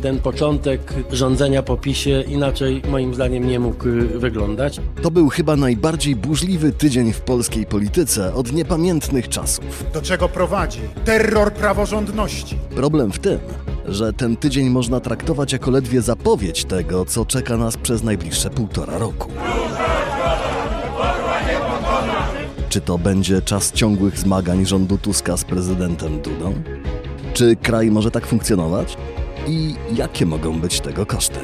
ten początek rządzenia po PiS-ie inaczej moim zdaniem nie mógł wyglądać. To był chyba najbardziej burzliwy tydzień w polskiej polityce od niepamiętnych czasów. Do czego prowadzi terror praworządności? Problem w tym, że ten tydzień można traktować jako ledwie zapowiedź tego, co czeka nas przez najbliższe 1,5 roku. Czy to będzie czas ciągłych zmagań rządu Tuska z prezydentem Dudą? Czy kraj może tak funkcjonować? I jakie mogą być tego koszty?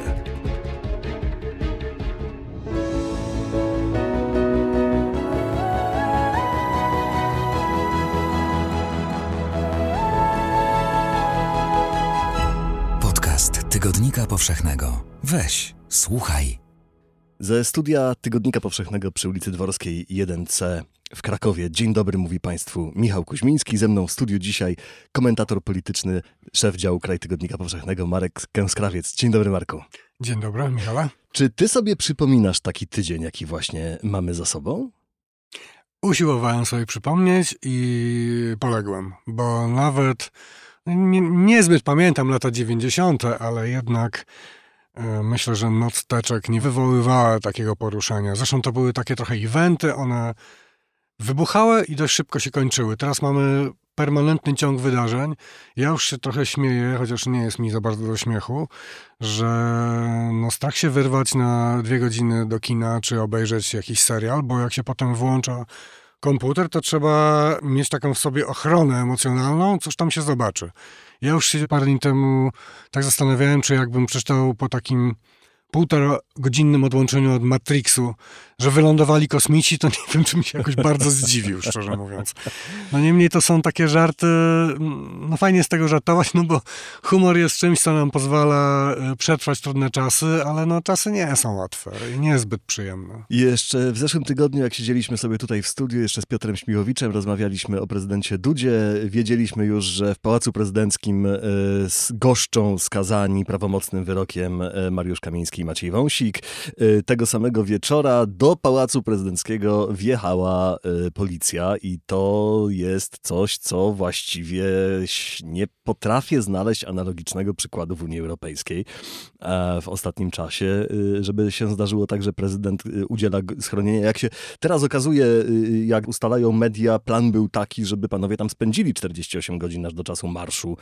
Podcast Tygodnika Powszechnego. Weź, słuchaj. Ze studia Tygodnika Powszechnego przy ulicy Dworskiej 1C w Krakowie. Dzień dobry, mówi Państwu Michał Kuźmiński. Ze mną w studiu dzisiaj komentator polityczny, szef działu Kraj Tygodnika Powszechnego Marek Kęskrawiec. Dzień dobry, Marku. Dzień dobry, Michała. Czy ty sobie przypominasz taki tydzień, jaki właśnie mamy za sobą? Usiłowałem sobie przypomnieć i poległem, bo nawet niezbyt pamiętam lata 90., ale jednak myślę, że Noc Teczek nie wywoływała takiego poruszenia. Zresztą to były takie trochę eventy, one wybuchały i dość szybko się kończyły. Teraz mamy permanentny ciąg wydarzeń. Ja już się trochę śmieję, chociaż nie jest mi za bardzo do śmiechu, że strach się wyrwać na 2 godziny do kina, czy obejrzeć jakiś serial, bo jak się potem włącza komputer, to trzeba mieć taką w sobie ochronę emocjonalną, cóż tam się zobaczy. Ja już się parę dni temu tak zastanawiałem, czy jakbym przeczytał po takim 1,5-godzinnym odłączeniu od Matrixu, że wylądowali kosmici, to nie wiem, czy mi się jakoś bardzo zdziwił, szczerze mówiąc. No niemniej to są takie żarty, fajnie z tego żartować, bo humor jest czymś, co nam pozwala przetrwać trudne czasy, ale czasy nie są łatwe i niezbyt przyjemne. I jeszcze w zeszłym tygodniu, jak siedzieliśmy sobie tutaj w studiu, jeszcze z Piotrem Śmiłowiczem, rozmawialiśmy o prezydencie Dudzie. Wiedzieliśmy już, że w Pałacu Prezydenckim goszczą skazani prawomocnym wyrokiem Mariusz Kamiński i Maciej Wąsik. Tego samego wieczora do Pałacu Prezydenckiego wjechała policja i to jest coś, co właściwie nie potrafię znaleźć analogicznego przykładu w Unii Europejskiej w ostatnim czasie, żeby się zdarzyło tak, że prezydent udziela schronienia. Jak się teraz okazuje, jak ustalają media, plan był taki, żeby panowie tam spędzili 48 godzin aż do czasu marszu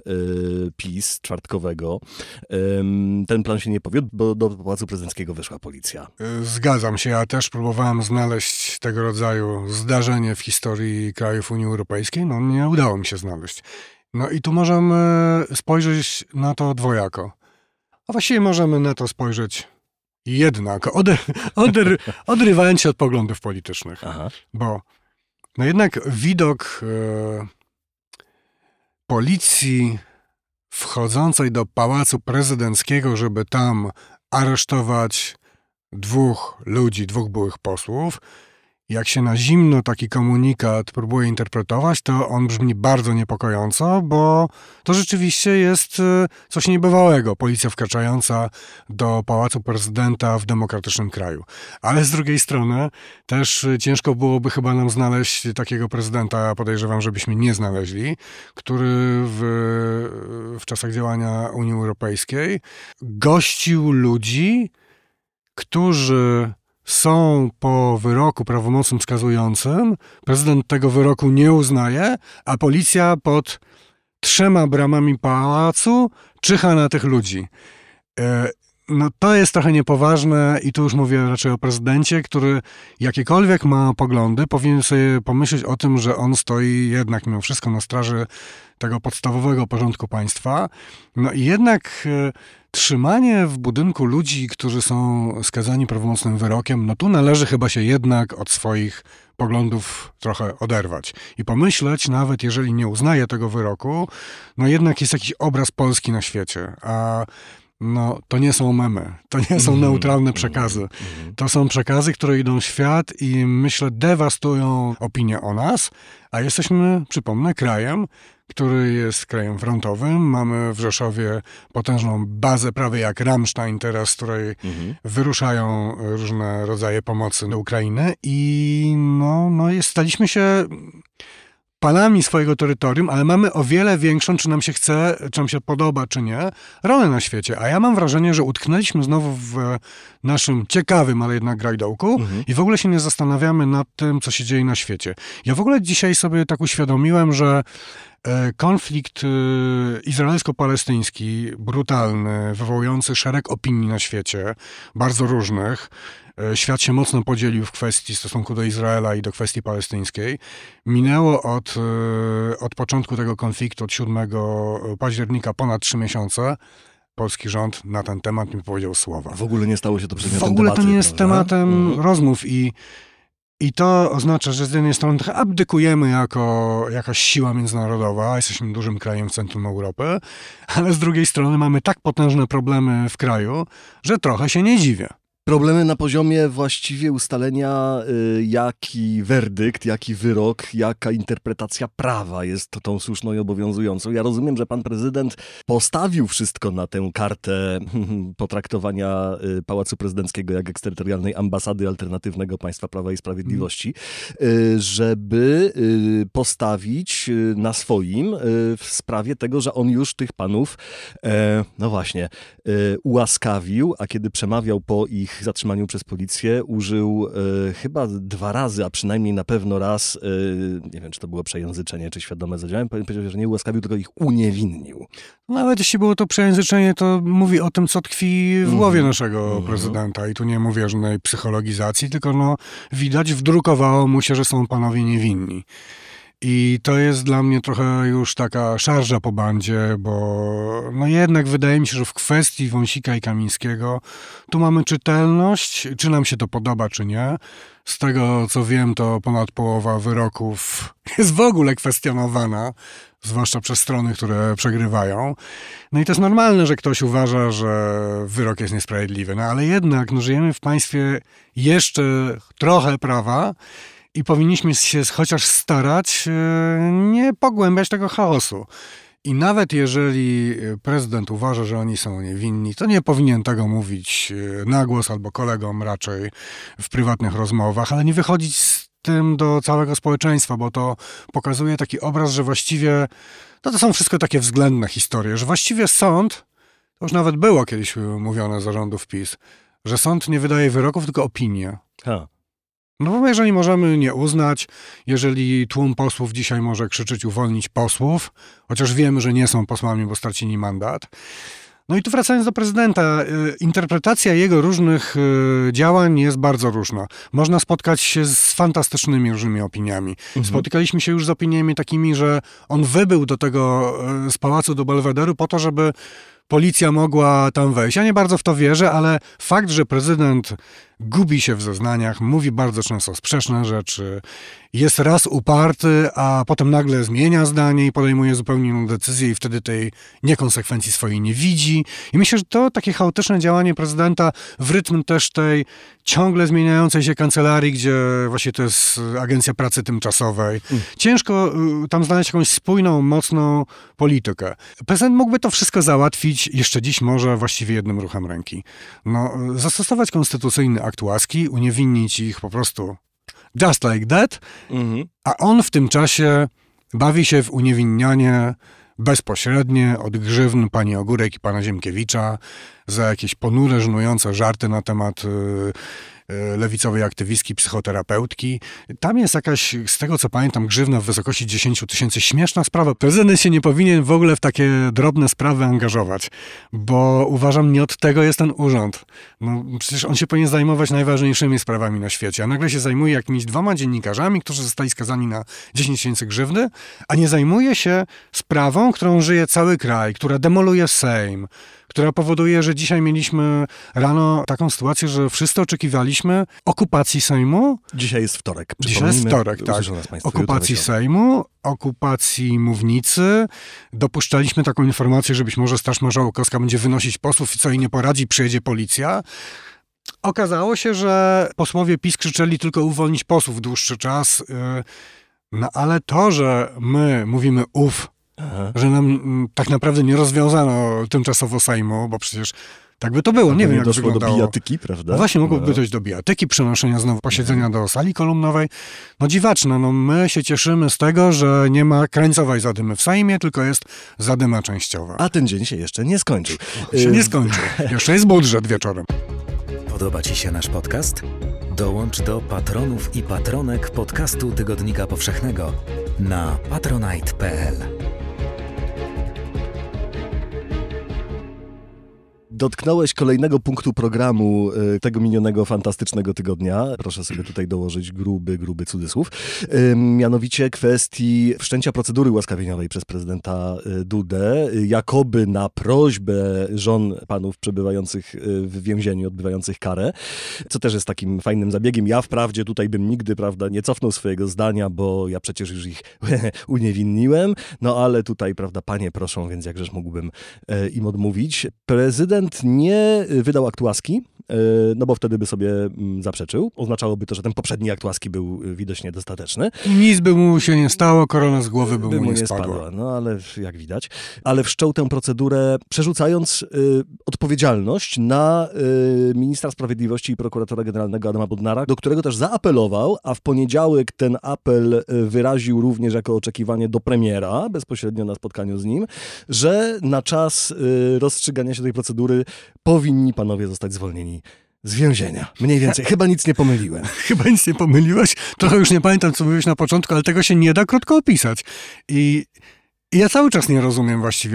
PiS czwartkowego. Ten plan się nie powiódł, bo do Pałacu Prezydenckiego wyszła policja. Zgadzam się, ja też próbowałem znaleźć tego rodzaju zdarzenie w historii krajów Unii Europejskiej, nie udało mi się znaleźć. I tu możemy spojrzeć na to dwojako. A właściwie możemy na to spojrzeć jednak, odrywając się od poglądów politycznych. Aha. Bo jednak widok policji wchodzącej do Pałacu Prezydenckiego, żeby tam aresztować 2 ludzi, 2 byłych posłów. Jak się na zimno taki komunikat próbuje interpretować, to on brzmi bardzo niepokojąco, bo to rzeczywiście jest coś niebywałego. Policja wkraczająca do Pałacu Prezydenta w demokratycznym kraju. Ale z drugiej strony też ciężko byłoby chyba nam znaleźć takiego prezydenta, podejrzewam, żebyśmy nie znaleźli, który w czasach działania Unii Europejskiej gościł ludzi, którzy są po wyroku prawomocnym skazującym, prezydent tego wyroku nie uznaje, a policja pod 3 bramami pałacu czyha na tych ludzi. To jest trochę niepoważne i tu już mówię raczej o prezydencie, który jakiekolwiek ma poglądy, powinien sobie pomyśleć o tym, że on stoi jednak mimo wszystko na straży tego podstawowego porządku państwa. I jednak trzymanie w budynku ludzi, którzy są skazani prawomocnym wyrokiem, tu należy chyba się jednak od swoich poglądów trochę oderwać. I pomyśleć, nawet jeżeli nie uznaje tego wyroku, jednak jest jakiś obraz Polski na świecie. A to nie są memy, to nie są neutralne przekazy. To są przekazy, które idą w świat i myślę dewastują opinię o nas, a jesteśmy, przypomnę, krajem, który jest krajem frontowym. Mamy w Rzeszowie potężną bazę, prawie jak Rammstein teraz, z której wyruszają różne rodzaje pomocy do Ukrainy i staliśmy się panami swojego terytorium, ale mamy o wiele większą, czy nam się chce, czy nam się podoba, czy nie, rolę na świecie. A ja mam wrażenie, że utknęliśmy znowu w naszym ciekawym, ale jednak grajdołku i w ogóle się nie zastanawiamy nad tym, co się dzieje na świecie. Ja w ogóle dzisiaj sobie tak uświadomiłem, że konflikt izraelsko-palestyński, brutalny, wywołujący szereg opinii na świecie, bardzo różnych. Świat się mocno podzielił w kwestii stosunku do Izraela i do kwestii palestyńskiej. Minęło od początku tego konfliktu, od 7 października, ponad 3 miesiące. Polski rząd na ten temat nie powiedział słowa. W ogóle nie stało się to przedmiotem W ogóle debaty, to nie jest prawda? tematem rozmów i to oznacza, że z jednej strony trochę abdykujemy jako jakaś siła międzynarodowa, jesteśmy dużym krajem w centrum Europy, ale z drugiej strony mamy tak potężne problemy w kraju, że trochę się nie dziwię. Problemy na poziomie właściwie ustalenia, jaki werdykt, jaki wyrok, jaka interpretacja prawa jest tą słuszną i obowiązującą. Ja rozumiem, że pan prezydent postawił wszystko na tę kartę potraktowania Pałacu Prezydenckiego jak eksterytorialnej ambasady alternatywnego państwa Prawa i Sprawiedliwości, żeby postawić na swoim w sprawie tego, że on już tych panów, no właśnie, ułaskawił, a kiedy przemawiał po ich zatrzymaniu przez policję, użył chyba 2 razy, a przynajmniej na pewno raz, nie wiem, czy to było przejęzyczenie, czy świadome zadziałanie, powiedział, że nie ułaskawił, tylko ich uniewinnił. Nawet jeśli było to przejęzyczenie, to mówi o tym, co tkwi w głowie naszego prezydenta. I tu nie mówię żadnej psychologizacji, tylko widać, wdrukowało mu się, że są panowie niewinni. I to jest dla mnie trochę już taka szarża po bandzie, bo jednak wydaje mi się, że w kwestii Wąsika i Kamińskiego tu mamy czytelność, czy nam się to podoba, czy nie. Z tego, co wiem, to ponad połowa wyroków jest w ogóle kwestionowana, zwłaszcza przez strony, które przegrywają. No i to jest normalne, że ktoś uważa, że wyrok jest niesprawiedliwy. Ale jednak żyjemy w państwie jeszcze trochę prawa, i powinniśmy się chociaż starać nie pogłębiać tego chaosu. I nawet jeżeli prezydent uważa, że oni są niewinni, to nie powinien tego mówić na głos albo kolegom raczej w prywatnych rozmowach, ale nie wychodzić z tym do całego społeczeństwa, bo to pokazuje taki obraz, że właściwie to są wszystko takie względne historie, że właściwie sąd, to już nawet było kiedyś mówione za rządów PiS, że sąd nie wydaje wyroków, tylko opinie. No bo jeżeli możemy nie uznać, jeżeli tłum posłów dzisiaj może krzyczeć uwolnić posłów, chociaż wiemy, że nie są posłami, bo stracili mandat. No i tu wracając do prezydenta, interpretacja jego różnych działań jest bardzo różna. Można spotkać się z fantastycznymi różnymi opiniami. Spotykaliśmy się już z opiniami takimi, że on wybył z pałacu do Belwederu po to, żeby policja mogła tam wejść. Ja nie bardzo w to wierzę, ale fakt, że prezydent gubi się w zeznaniach, mówi bardzo często sprzeczne rzeczy, jest raz uparty, a potem nagle zmienia zdanie i podejmuje zupełnie inną decyzję i wtedy tej niekonsekwencji swojej nie widzi. I myślę, że to takie chaotyczne działanie prezydenta w rytm też tej ciągle zmieniającej się kancelarii, gdzie właśnie to jest agencja pracy tymczasowej. Ciężko tam znaleźć jakąś spójną, mocną politykę. Prezydent mógłby to wszystko załatwić jeszcze dziś może właściwie jednym ruchem ręki. Zastosować konstytucyjny akt łaski, uniewinnić ich po prostu just like that, a on w tym czasie bawi się w uniewinnianie bezpośrednie od grzywny pani Ogórek i pana Ziemkiewicza za jakieś ponure, żenujące żarty na temat lewicowej aktywistki, psychoterapeutki. Tam jest jakaś, z tego co pamiętam, grzywna w wysokości 10 000. Śmieszna sprawa. Prezydent się nie powinien w ogóle w takie drobne sprawy angażować, bo uważam, nie od tego jest ten urząd. Przecież on się powinien zajmować najważniejszymi sprawami na świecie, a nagle się zajmuje jakimiś 2 dziennikarzami, którzy zostali skazani na 10 000 grzywny, a nie zajmuje się sprawą, którą żyje cały kraj, która demoluje Sejm, która powoduje, że dzisiaj mieliśmy rano taką sytuację, że wszyscy oczekiwaliśmy okupacji Sejmu. Dzisiaj jest wtorek. Dzisiaj jest wtorek, tak. Okupacji Sejmu, okupacji mównicy. Dopuszczaliśmy taką informację, że być może Straż Marszałkowska będzie wynosić posłów i co jej nie poradzi, przyjedzie policja. Okazało się, że posłowie PiS krzyczeli tylko uwolnić posłów dłuższy czas. Ale to, że my mówimy że nam tak naprawdę nie rozwiązano tymczasowo Sejmu, bo przecież Tak by to było, nie wiem jak doszło do wyglądało. bijatyki, prawda? No właśnie, mogłoby dojść do bijatyki, przenoszenia znowu posiedzenia do sali kolumnowej. No dziwaczne, no my się cieszymy z tego, że nie ma krańcowej zadymy w Sejmie, tylko jest zadyma częściowa. A ten dzień się jeszcze nie skończył. Się nie skończył. Jeszcze jest budżet wieczorem. Podoba Ci się nasz podcast? Dołącz do patronów i patronek podcastu Tygodnika Powszechnego na patronite.pl. Dotknąłeś kolejnego punktu programu tego minionego fantastycznego tygodnia. Proszę sobie tutaj dołożyć gruby cudzysłów. Mianowicie kwestii wszczęcia procedury ułaskawieniowej przez prezydenta Dudę, jakoby na prośbę żon panów przebywających w więzieniu, odbywających karę, co też jest takim fajnym zabiegiem. Ja wprawdzie tutaj bym nigdy, prawda, nie cofnął swojego zdania, bo ja przecież już ich uniewinniłem, no ale tutaj, prawda, panie proszą, więc jakżeż mógłbym im odmówić. Prezydent nie wydał akt łaski, no bo wtedy by sobie zaprzeczył. Oznaczałoby to, że ten poprzedni akt łaski był widocznie dostateczny. Nic by mu się nie stało, korona z głowy by mu nie spadła. No ale jak widać. Ale wszczął tę procedurę, przerzucając odpowiedzialność na ministra sprawiedliwości i prokuratora generalnego Adama Bodnara, do którego też zaapelował, a w poniedziałek ten apel wyraził również jako oczekiwanie do premiera, bezpośrednio na spotkaniu z nim, że na czas rozstrzygania się tej procedury powinni panowie zostać zwolnieni z więzienia. Mniej więcej. Chyba nic nie pomyliłem. Chyba nic nie pomyliłeś. Trochę już nie pamiętam, co mówiłeś na początku, ale tego się nie da krótko opisać. I ja cały czas nie rozumiem właściwie,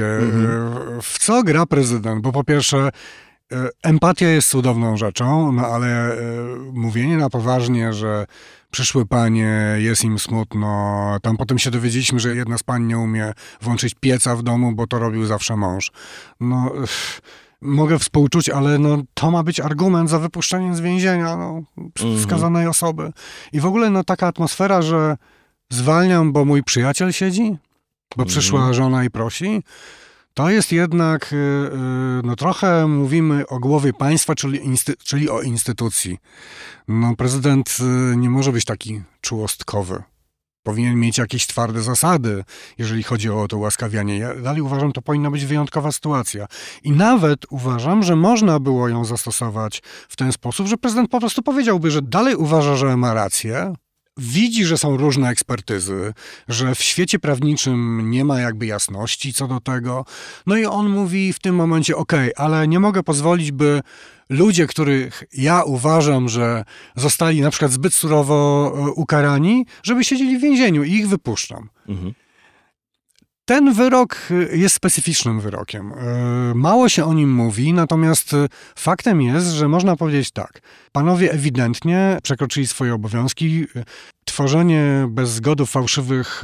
w co gra prezydent, bo po pierwsze empatia jest cudowną rzeczą, no ale mówienie na poważnie, że przyszły panie, jest im smutno, tam potem się dowiedzieliśmy, że jedna z pań nie umie włączyć pieca w domu, bo to robił zawsze mąż. No... Mogę współczuć, ale no, to ma być argument za wypuszczeniem z więzienia skazanej osoby. I w ogóle no, taka atmosfera, że zwalniam, bo mój przyjaciel siedzi, bo przyszła żona i prosi, to jest jednak, no trochę mówimy o głowie państwa, czyli o instytucji. No prezydent nie może być taki czułostkowy. Powinien mieć jakieś twarde zasady, jeżeli chodzi o to ułaskawianie. Ja dalej uważam, to powinna być wyjątkowa sytuacja. I nawet uważam, że można było ją zastosować w ten sposób, że prezydent po prostu powiedziałby, że dalej uważa, że ma rację, widzi, że są różne ekspertyzy, że w świecie prawniczym nie ma jakby jasności co do tego. No i on mówi w tym momencie, ale nie mogę pozwolić, by ludzie, których ja uważam, że zostali na przykład zbyt surowo ukarani, żeby siedzieli w więzieniu i ich wypuszczam. Ten wyrok jest specyficznym wyrokiem. Mało się o nim mówi, natomiast faktem jest, że można powiedzieć tak. Panowie ewidentnie przekroczyli swoje obowiązki. Tworzenie bez zgody fałszywych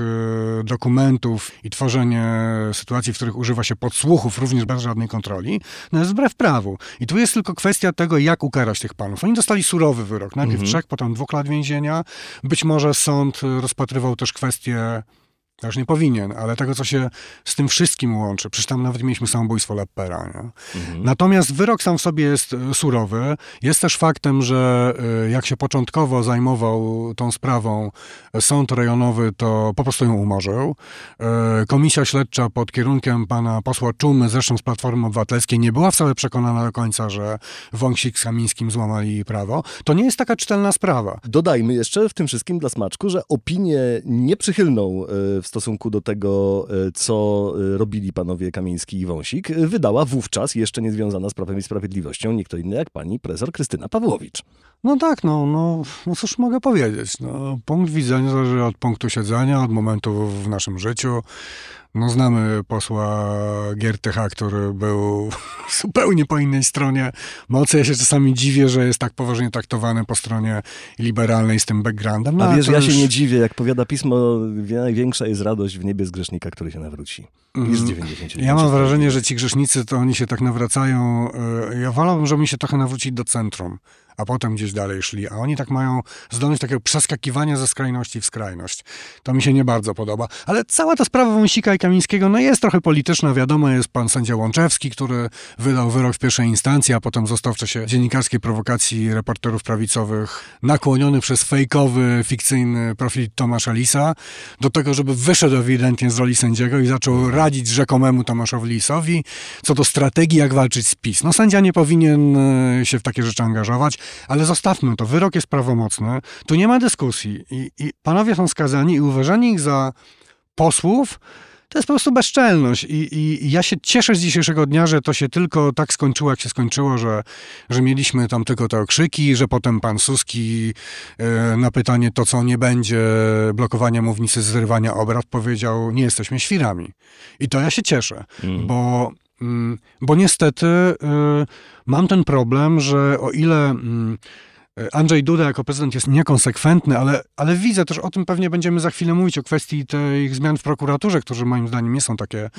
dokumentów i tworzenie sytuacji, w których używa się podsłuchów, również bez żadnej kontroli, no jest wbrew prawu. I tu jest tylko kwestia tego, jak ukarać tych panów. Oni dostali surowy wyrok. Najpierw 3, potem 2 lat więzienia. Być może sąd rozpatrywał też kwestię, to już nie powinien, ale tego, co się z tym wszystkim łączy. Przecież tam nawet mieliśmy samobójstwo Leppera. Nie? Natomiast wyrok sam w sobie jest surowy. Jest też faktem, że jak się początkowo zajmował tą sprawą sąd rejonowy, to po prostu ją umorzył. Komisja śledcza pod kierunkiem pana posła Czumy, zresztą z Platformy Obywatelskiej, nie była wcale przekonana do końca, że Wąsik z Kamińskim złamali prawo. To nie jest taka czytelna sprawa. Dodajmy jeszcze w tym wszystkim dla smaczku, że opinię nieprzychylną w stosunku do tego, co robili panowie Kamiński i Wąsik, wydała wówczas, jeszcze nie związana z Prawem i Sprawiedliwością, nie kto inny jak pani profesor Krystyna Pawłowicz. No tak, no cóż mogę powiedzieć. No, punkt widzenia zależy od punktu siedzenia, od momentu w naszym życiu. No znamy posła Giertycha, który był zupełnie po innej stronie mocy. Ja się czasami dziwię, że jest tak poważnie traktowany po stronie liberalnej z tym backgroundem. No, a wiesz, ja się nie dziwię, jak powiada pismo, największa jest radość w niebie z grzesznika, który się nawróci. Niż z 90. Ja mam wrażenie, że ci grzesznicy, to oni się tak nawracają. Ja wolałbym, żeby mi się trochę nawrócić do centrum, a potem gdzieś dalej szli. A oni tak mają zdolność takiego przeskakiwania ze skrajności w skrajność. To mi się nie bardzo podoba. Ale cała ta sprawa Wąsika i Kamińskiego, no jest trochę polityczna. Wiadomo, jest pan sędzia Łączewski, który wydał wyrok w pierwszej instancji, a potem został w czasie dziennikarskiej prowokacji reporterów prawicowych nakłoniony przez fejkowy, fikcyjny profil Tomasza Lisa do tego, żeby wyszedł ewidentnie z roli sędziego i zaczął poradzić rzekomemu Tomaszowi Lisowi co do strategii, jak walczyć z PiS. No sędzia nie powinien się w takie rzeczy angażować, ale zostawmy to. Wyrok jest prawomocny. Tu nie ma dyskusji. I panowie są skazani i uważanie ich za posłów to jest po prostu bezczelność. I ja się cieszę z dzisiejszego dnia, że to się tylko tak skończyło, jak się skończyło, że mieliśmy tam tylko te okrzyki, że potem pan Suski na pytanie to, co nie będzie blokowania mównicy, zrywania obrad, powiedział, nie jesteśmy świrami. I to ja się cieszę, bo niestety mam ten problem, że o ile Andrzej Duda jako prezydent jest niekonsekwentny, ale widzę też, o tym pewnie będziemy za chwilę mówić, o kwestii tych zmian w prokuraturze, które moim zdaniem nie są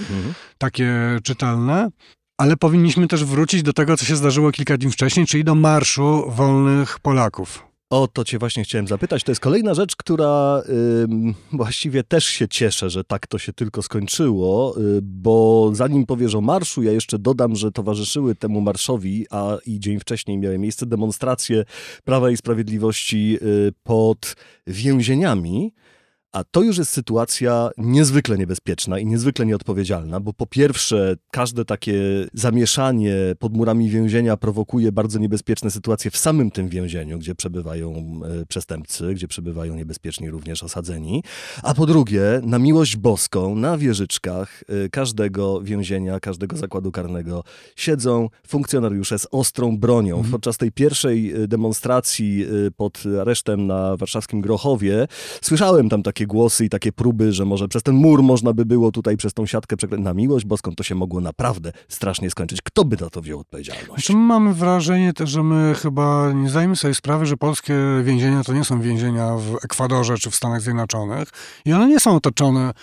takie czytelne, ale powinniśmy też wrócić do tego, co się zdarzyło kilka dni wcześniej, czyli do Marszu Wolnych Polaków. O to cię właśnie chciałem zapytać. To jest kolejna rzecz, która właściwie też się cieszę, że tak to się tylko skończyło, bo zanim powiesz o marszu, ja jeszcze dodam, że towarzyszyły temu marszowi, a i dzień wcześniej miały miejsce demonstracje Prawa i Sprawiedliwości pod więzieniami. A to już jest sytuacja niezwykle niebezpieczna i niezwykle nieodpowiedzialna, bo po pierwsze każde takie zamieszanie pod murami więzienia prowokuje bardzo niebezpieczne sytuacje w samym tym więzieniu, gdzie przebywają przestępcy, gdzie przebywają niebezpieczni również osadzeni. A po drugie, na miłość boską, na wieżyczkach każdego więzienia, każdego zakładu karnego siedzą funkcjonariusze z ostrą bronią. Podczas tej pierwszej demonstracji pod aresztem na warszawskim Grochowie słyszałem tam takie głosy i takie próby, że może przez ten mur można by było tutaj przez tą siatkę na miłość boską, to się mogło naprawdę strasznie skończyć. Kto by za to wziął odpowiedzialność? Znaczy, mamy wrażenie też, że my chyba nie zdajemy sobie sprawy, że polskie więzienia to nie są więzienia w Ekwadorze czy w Stanach Zjednoczonych i one nie są otoczone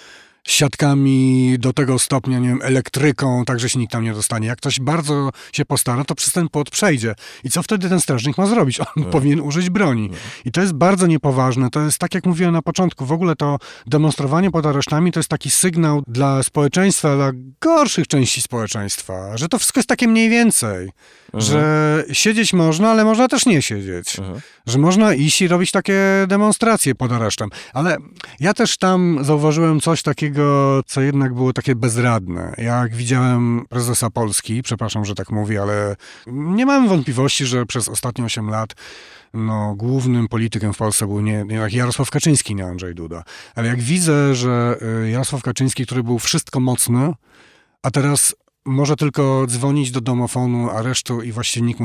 siatkami do tego stopnia, nie wiem, elektryką, tak, że się nikt tam nie dostanie. Jak ktoś bardzo się postara, to przez ten płot przejdzie. I co wtedy ten strażnik ma zrobić? On powinien użyć broni. I to jest bardzo niepoważne. To jest, tak jak mówiłem na początku, w ogóle to demonstrowanie pod aresztami to jest taki sygnał dla społeczeństwa, dla gorszych części społeczeństwa, że to wszystko jest takie mniej więcej. Że siedzieć można, ale można też nie siedzieć. Że można iść i robić takie demonstracje pod aresztem. Ale ja też tam zauważyłem coś takiego, co jednak było takie bezradne. Jak widziałem prezesa Polski, przepraszam, że tak mówię, ale nie mam wątpliwości, że przez ostatnie 8 lat głównym politykiem w Polsce był nie Jarosław Kaczyński, nie Andrzej Duda. Ale jak widzę, że Jarosław Kaczyński, który był wszystko mocny, a teraz może tylko dzwonić do domofonu aresztu i właściwie nikt mu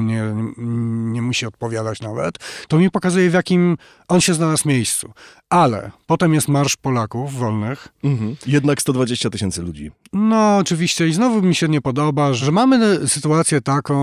nie musi odpowiadać nawet, to mi pokazuje, w jakim on się znalazł miejscu. Ale potem jest Marsz Polaków Wolnych. Jednak 120 000 ludzi. No oczywiście i znowu mi się nie podoba, że mamy sytuację taką,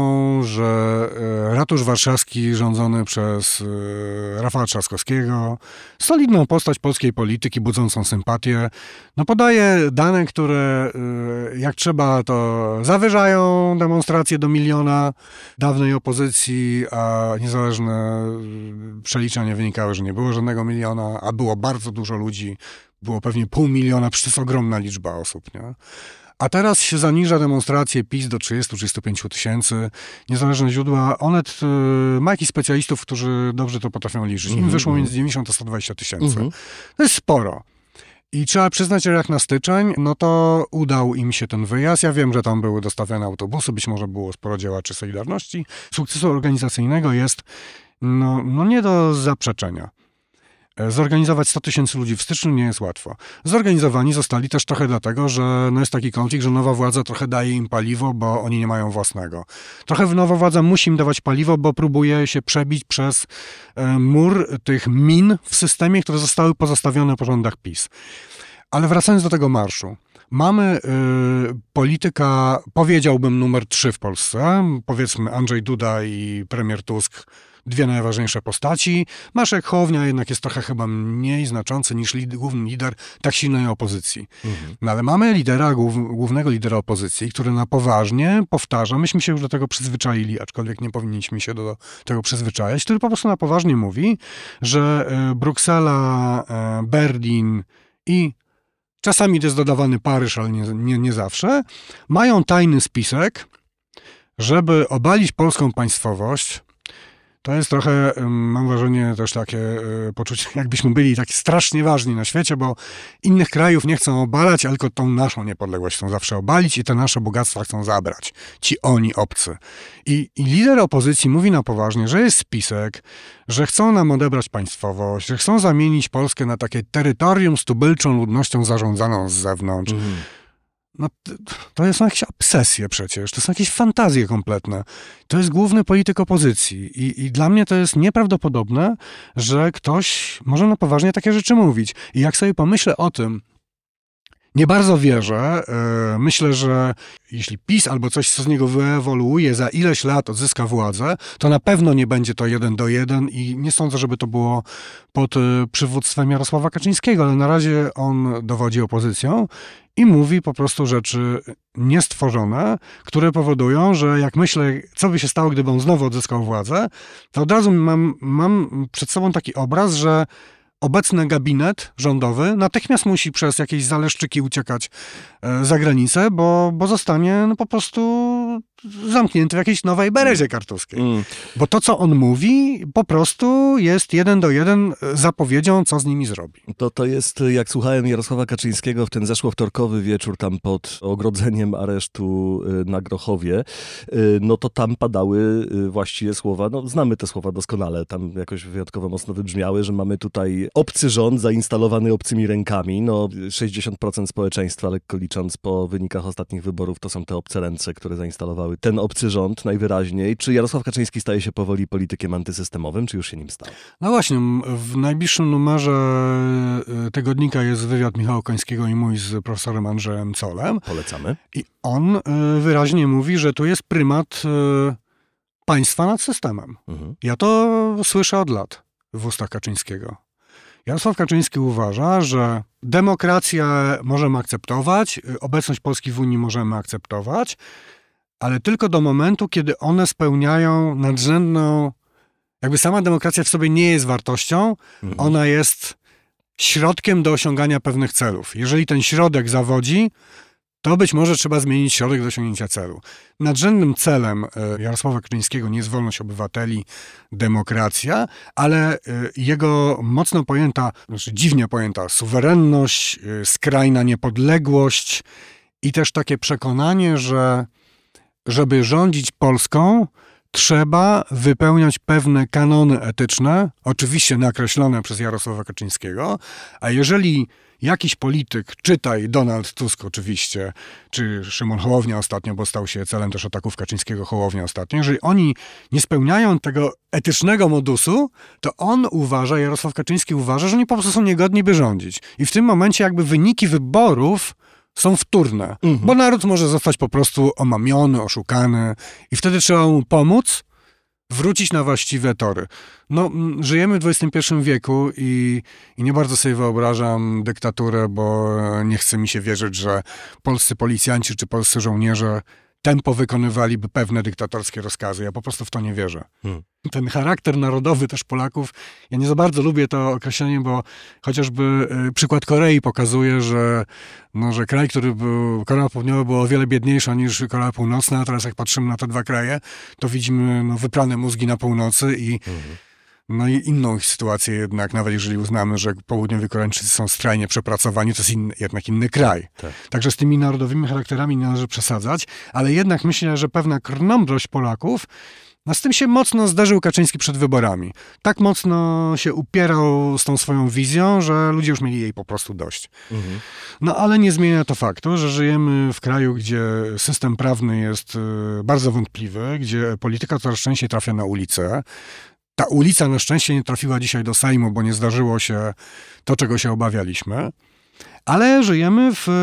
że ratusz warszawski rządzony przez Rafała Trzaskowskiego, solidną postać polskiej polityki, budzącą sympatię, podaje dane, które jak trzeba to zawyżają demonstracje do 1 miliona dawnej opozycji, a niezależne przeliczenia wynikały, że nie było żadnego 1 miliona, a było bardzo dużo ludzi, było pewnie 500 000, przecież to jest ogromna liczba osób, nie? A teraz się zaniża demonstracje PiS do 30-35 tysięcy. Niezależne źródła. Onet ma jakichś specjalistów, którzy dobrze to potrafią liczyć. Im wyszło między 90 a 120 tysięcy. To jest sporo. I trzeba przyznać, że jak na styczeń, to udał im się ten wyjazd. Ja wiem, że tam były dostawiane autobusy, być może było sporo działaczy Solidarności. Sukcesu organizacyjnego jest nie do zaprzeczenia. Zorganizować 100 000 ludzi w styczniu nie jest łatwo. Zorganizowani zostali też trochę dlatego, że jest taki konflikt, że nowa władza trochę daje im paliwo, bo oni nie mają własnego. Trochę nowa władza musi im dawać paliwo, bo próbuje się przebić przez mur tych min w systemie, które zostały pozostawione po rządach PiS. Ale wracając do tego marszu. Mamy polityka, powiedziałbym, numer 3 w Polsce. Powiedzmy Andrzej Duda i premier Tusk. 2 najważniejsze postaci. Marszałek Hołownia jednak jest trochę chyba mniej znaczący niż główny lider tak silnej opozycji. Ale mamy głównego lidera opozycji, który na poważnie powtarza, myśmy się już do tego przyzwyczaili, aczkolwiek nie powinniśmy się do tego przyzwyczajać, który po prostu na poważnie mówi, że Bruksela, Berlin i czasami jest dodawany Paryż, ale nie zawsze, mają tajny spisek, żeby obalić polską państwowość, To jest trochę, mam wrażenie, też takie poczucie, jakbyśmy byli tak strasznie ważni na świecie, bo innych krajów nie chcą obalać, ale tylko tą naszą niepodległość chcą zawsze obalić i te nasze bogactwa chcą zabrać. Ci oni obcy. I lider opozycji mówi na poważnie, że jest spisek, że chcą nam odebrać państwowość, że chcą zamienić Polskę na takie terytorium z tubylczą ludnością zarządzaną z zewnątrz. No, to są jakieś obsesje przecież, to są jakieś fantazje kompletne. To jest główny polityk opozycji i dla mnie to jest nieprawdopodobne, że ktoś może na poważnie takie rzeczy mówić. I jak sobie pomyślę o tym, nie bardzo wierzę. Myślę, że jeśli PiS albo coś, co z niego wyewoluuje, za ileś lat odzyska władzę, to na pewno nie będzie to 1:1 i nie sądzę, żeby to było pod przywództwem Jarosława Kaczyńskiego, ale na razie on dowodzi opozycją i mówi po prostu rzeczy niestworzone, które powodują, że jak myślę, co by się stało, gdyby on znowu odzyskał władzę, to od razu mam przed sobą taki obraz, że obecny gabinet rządowy natychmiast musi przez jakieś zaleszczyki uciekać za granicę, bo zostanie po prostu zamknięty w jakiejś nowej berezie kartuskiej. Bo to, co on mówi, po prostu jest 1:1 zapowiedzią, co z nimi zrobi. To jest, jak słuchałem Jarosława Kaczyńskiego w ten zeszłowtorkowy wieczór tam pod ogrodzeniem aresztu na Grochowie, no to tam padały właściwie słowa, no znamy te słowa doskonale, tam jakoś wyjątkowo mocno wybrzmiały, że mamy tutaj obcy rząd zainstalowany obcymi rękami, no 60% społeczeństwa, lekko licząc po wynikach ostatnich wyborów, to są te obce ręce, które zainstalowały ten obcy rząd najwyraźniej. Czy Jarosław Kaczyński staje się powoli politykiem antysystemowym, czy już się nim stał? No właśnie, w najbliższym numerze tygodnika jest wywiad Michała Końskiego i mój z profesorem Andrzejem Zollem. Polecamy. I on wyraźnie mówi, że tu jest prymat państwa nad systemem. Ja to słyszę od lat w ustach Kaczyńskiego. Jarosław Kaczyński uważa, że demokrację możemy akceptować, obecność Polski w Unii możemy akceptować, ale tylko do momentu, kiedy one spełniają nadrzędną, jakby sama demokracja w sobie nie jest wartością, ona jest środkiem do osiągania pewnych celów. Jeżeli ten środek zawodzi, to być może trzeba zmienić środek do osiągnięcia celu. Nadrzędnym celem Jarosława Kaczyńskiego nie jest wolność obywateli, demokracja, ale jego mocno pojęta, znaczy dziwnie pojęta suwerenność, skrajna niepodległość i też takie przekonanie, że żeby rządzić Polską, trzeba wypełniać pewne kanony etyczne, oczywiście nakreślone przez Jarosława Kaczyńskiego, a jeżeli jakiś polityk, czytaj Donald Tusk oczywiście, czy Szymon Hołownia ostatnio, bo stał się celem też ataków Kaczyńskiego Hołownia ostatnio, jeżeli oni nie spełniają tego etycznego modusu, to on uważa, Jarosław Kaczyński uważa, że oni po prostu są niegodni, by rządzić. I w tym momencie jakby wyniki wyborów są wtórne, bo naród może zostać po prostu omamiony, oszukany i wtedy trzeba mu pomóc wrócić na właściwe tory. No, żyjemy w XXI wieku i nie bardzo sobie wyobrażam dyktaturę, bo nie chce mi się wierzyć, że polscy policjanci czy polscy żołnierze tempo wykonywaliby pewne dyktatorskie rozkazy. Ja po prostu w to nie wierzę. Ten charakter narodowy też Polaków, ja nie za bardzo lubię to określenie, bo chociażby przykład Korei pokazuje, że kraj, który był, Korea Południowa była o wiele biedniejsza niż Korea Północna, a teraz jak patrzymy na te dwa kraje, to widzimy wyprane mózgi na północy i inną sytuację jednak, nawet jeżeli uznamy, że południowi Koreańczycy są skrajnie przepracowani, to jest jednak inny kraj. Tak. Także z tymi narodowymi charakterami nie należy przesadzać, ale jednak myślę, że pewna krnąbrość Polaków, z tym się mocno zderzył Kaczyński przed wyborami. Tak mocno się upierał z tą swoją wizją, że ludzie już mieli jej po prostu dość. No ale nie zmienia to faktu, że żyjemy w kraju, gdzie system prawny jest bardzo wątpliwy, gdzie polityka coraz częściej trafia na ulicę. Ta ulica na szczęście nie trafiła dzisiaj do Sejmu, bo nie zdarzyło się to, czego się obawialiśmy. Ale żyjemy w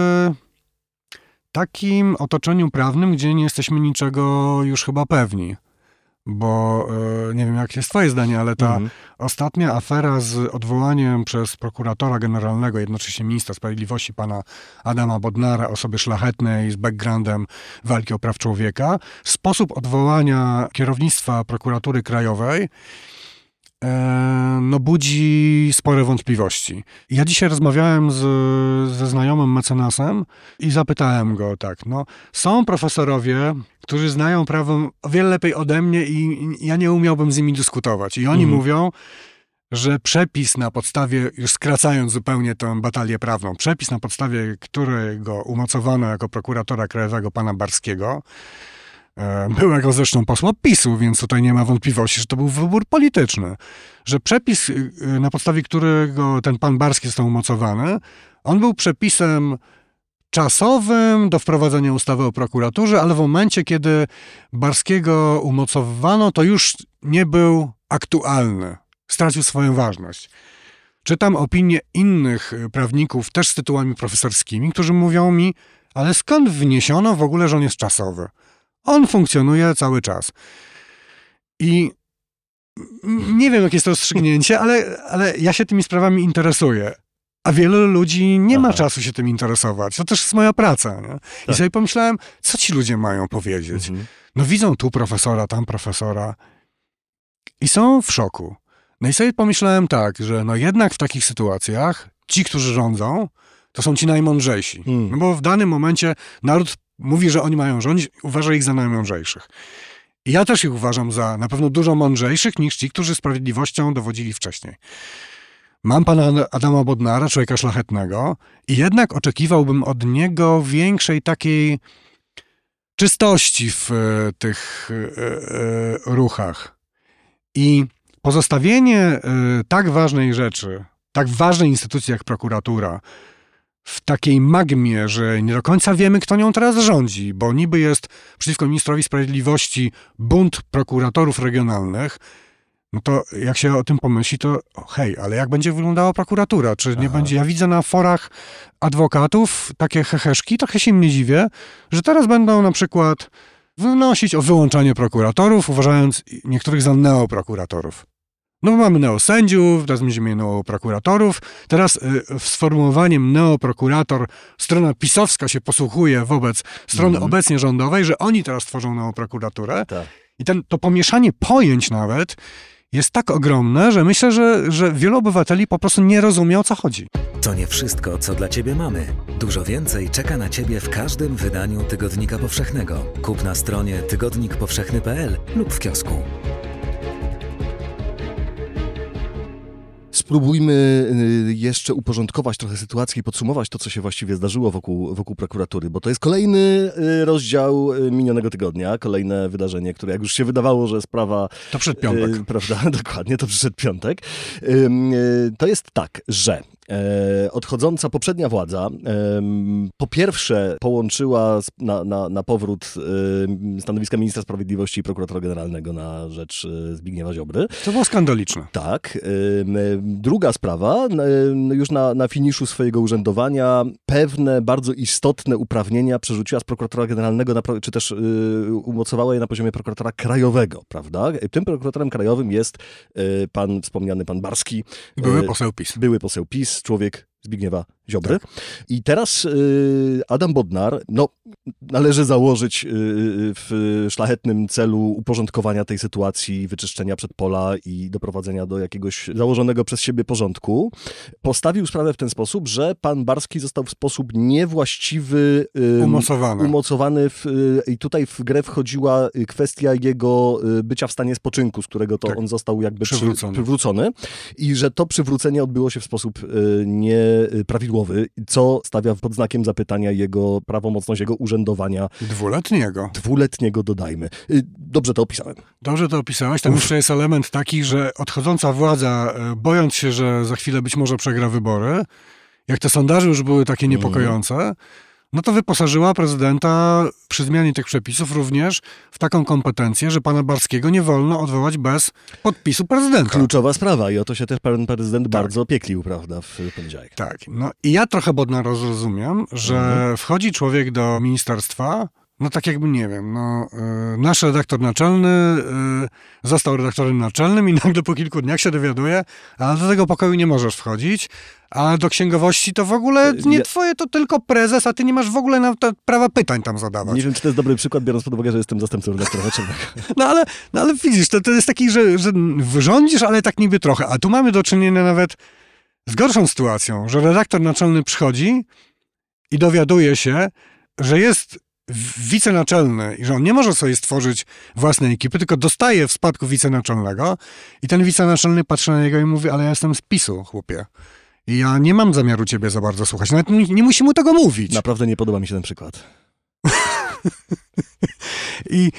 takim otoczeniu prawnym, gdzie nie jesteśmy niczego już chyba pewni. Bo nie wiem, jakie jest twoje zdanie, ale ta ostatnia afera z odwołaniem przez prokuratora generalnego, jednocześnie ministra sprawiedliwości, pana Adama Bodnara, osoby szlachetnej z backgroundem walki o praw człowieka, sposób odwołania kierownictwa prokuratury krajowej budzi spore wątpliwości. Ja dzisiaj rozmawiałem ze znajomym mecenasem i zapytałem go tak, są profesorowie, którzy znają prawo o wiele lepiej ode mnie i ja nie umiałbym z nimi dyskutować. I oni mówią, że przepis na podstawie, już skracając zupełnie tę batalię prawną, przepis na podstawie którego umocowano jako prokuratora krajowego pana Barskiego, byłego zresztą posła PiS-u, więc tutaj nie ma wątpliwości, że to był wybór polityczny. Że przepis, na podstawie którego ten pan Barski został umocowany, on był przepisem czasowym do wprowadzenia ustawy o prokuraturze, ale w momencie, kiedy Barskiego umocowano, to już nie był aktualny. Stracił swoją ważność. Czytam opinie innych prawników, też z tytułami profesorskimi, którzy mówią mi, ale skąd wniesiono w ogóle, że on jest czasowy? On funkcjonuje cały czas. I nie wiem, jakie jest to rozstrzygnięcie, ale ja się tymi sprawami interesuję. A wielu ludzi nie ma czasu się tym interesować. To też jest moja praca. Nie? I sobie pomyślałem, co ci ludzie mają powiedzieć? No widzą tu profesora, tam profesora i są w szoku. No i sobie pomyślałem tak, że no jednak w takich sytuacjach ci, którzy rządzą, to są ci najmądrzejsi. No bo w danym momencie naród mówi, że oni mają rządzić, uważa ich za najmądrzejszych. I ja też ich uważam za na pewno dużo mądrzejszych niż ci, którzy sprawiedliwością dowodzili wcześniej. Mam pana Adama Bodnara, człowieka szlachetnego, i jednak oczekiwałbym od niego większej takiej czystości w tych ruchach. I pozostawienie tak ważnej rzeczy, tak ważnej instytucji jak prokuratura w takiej magmie, że nie do końca wiemy, kto nią teraz rządzi, bo niby jest przeciwko ministrowi sprawiedliwości bunt prokuratorów regionalnych, no to jak się o tym pomyśli, to hej, ale jak będzie wyglądała prokuratura? Czy nie będzie? Ja widzę na forach adwokatów takie heheszki, trochę się im nie dziwię, że teraz będą na przykład wnosić o wyłączanie prokuratorów, uważając niektórych za neoprokuratorów. No bo mamy neosędziów, teraz będziemy mieli neoprokuratorów. Teraz sformułowaniem neoprokurator strona pisowska się posłuchuje wobec strony obecnie rządowej, że oni teraz tworzą neoprokuraturę. Tak. I to pomieszanie pojęć nawet jest tak ogromne, że myślę, że wielu obywateli po prostu nie rozumie, o co chodzi. To nie wszystko, co dla Ciebie mamy. Dużo więcej czeka na Ciebie w każdym wydaniu Tygodnika Powszechnego. Kup na stronie tygodnikpowszechny.pl lub w kiosku. Spróbujmy jeszcze uporządkować trochę sytuację i podsumować to, co się właściwie zdarzyło wokół prokuratury, bo to jest kolejny rozdział minionego tygodnia, kolejne wydarzenie, które jak już się wydawało, że sprawa... To przed piątek. Prawda, dokładnie, to przyszedł piątek. To jest tak, że odchodząca poprzednia władza po pierwsze połączyła na powrót stanowiska ministra sprawiedliwości i prokuratora generalnego na rzecz Zbigniewa Ziobry. To było skandaliczne. Tak. Druga sprawa, już na finiszu swojego urzędowania pewne bardzo istotne uprawnienia przerzuciła z prokuratora generalnego, czy też umocowała je na poziomie prokuratora krajowego, prawda? Tym prokuratorem krajowym jest wspomniany pan Barski. Były poseł PiS, człowiek Zbigniewa Ziobry. Tak. I teraz Adam Bodnar, należy założyć w szlachetnym celu uporządkowania tej sytuacji, wyczyszczenia przedpola i doprowadzenia do jakiegoś założonego przez siebie porządku, postawił sprawę w ten sposób, że pan Barski został w sposób niewłaściwy umocowany i tutaj w grę wchodziła kwestia jego bycia w stanie spoczynku, z którego to on został jakby przywrócony i że to przywrócenie odbyło się w sposób nieprawidłowy, co stawia pod znakiem zapytania jego prawomocność, jego urzędowania. Dwuletniego dodajmy. Dobrze to opisałem. Dobrze to opisałeś. Tam jeszcze jest element taki, że odchodząca władza, bojąc się, że za chwilę być może przegra wybory, jak te sondaże już były takie niepokojące, no to wyposażyła prezydenta przy zmianie tych przepisów również w taką kompetencję, że pana Barskiego nie wolno odwołać bez podpisu prezydenta. Kluczowa sprawa i o to się też pan prezydent bardzo opieklił, prawda, w poniedziałek. Tak, i ja trochę Bodnar rozumiem, że wchodzi człowiek do ministerstwa, tak jakby, nie wiem, nasz redaktor naczelny został redaktorem naczelnym i nagle po kilku dniach się dowiaduje, ale do tego pokoju nie możesz wchodzić, a do księgowości to w ogóle nie twoje, to tylko prezes, a ty nie masz w ogóle prawa pytań tam zadawać. Nie wiem, czy to jest dobry przykład, biorąc pod uwagę, że jestem zastępcą redaktora naczelnego. Ale widzisz, to jest taki, że rządzisz, ale tak niby trochę, a tu mamy do czynienia nawet z gorszą sytuacją, że redaktor naczelny przychodzi i dowiaduje się, że jest wicenaczelny i że on nie może sobie stworzyć własnej ekipy, tylko dostaje w spadku wicenaczelnego i ten wicenaczelny patrzy na niego i mówi, ale ja jestem z PiS-u, chłopie. I ja nie mam zamiaru ciebie za bardzo słuchać. Nawet nie musi mu tego mówić. Naprawdę nie podoba mi się ten przykład. I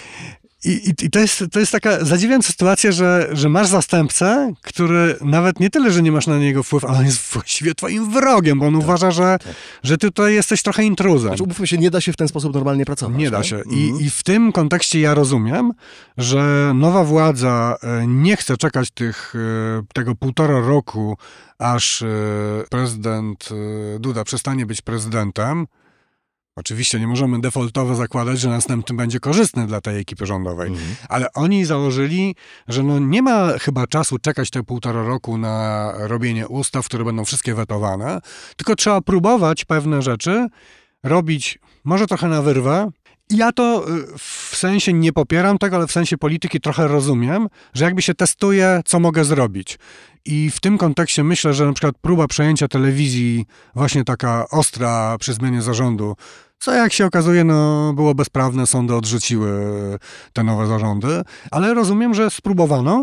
to jest taka zadziwiająca sytuacja, że masz zastępcę, który nawet nie tyle, że nie masz na niego wpływ, ale on jest właściwie twoim wrogiem, bo on uważa, że ty tutaj jesteś trochę intruzem. Znaczy, umówmy się, nie da się w ten sposób normalnie pracować. Nie da tak? się. I w tym kontekście ja rozumiem, że nowa władza nie chce czekać tego 1,5 roku, aż prezydent Duda przestanie być prezydentem. Oczywiście nie możemy defaultowo zakładać, że następny będzie korzystny dla tej ekipy rządowej, ale oni założyli, że nie ma chyba czasu czekać te 1,5 roku na robienie ustaw, które będą wszystkie wetowane, tylko trzeba próbować pewne rzeczy robić może trochę na wyrwę. Ja to w sensie nie popieram tego, ale w sensie polityki trochę rozumiem, że jakby się testuje, co mogę zrobić. I w tym kontekście myślę, że na przykład próba przejęcia telewizji, właśnie taka ostra przy zmianie zarządu, co jak się okazuje, było bezprawne, sądy odrzuciły te nowe zarządy, ale rozumiem, że spróbowano.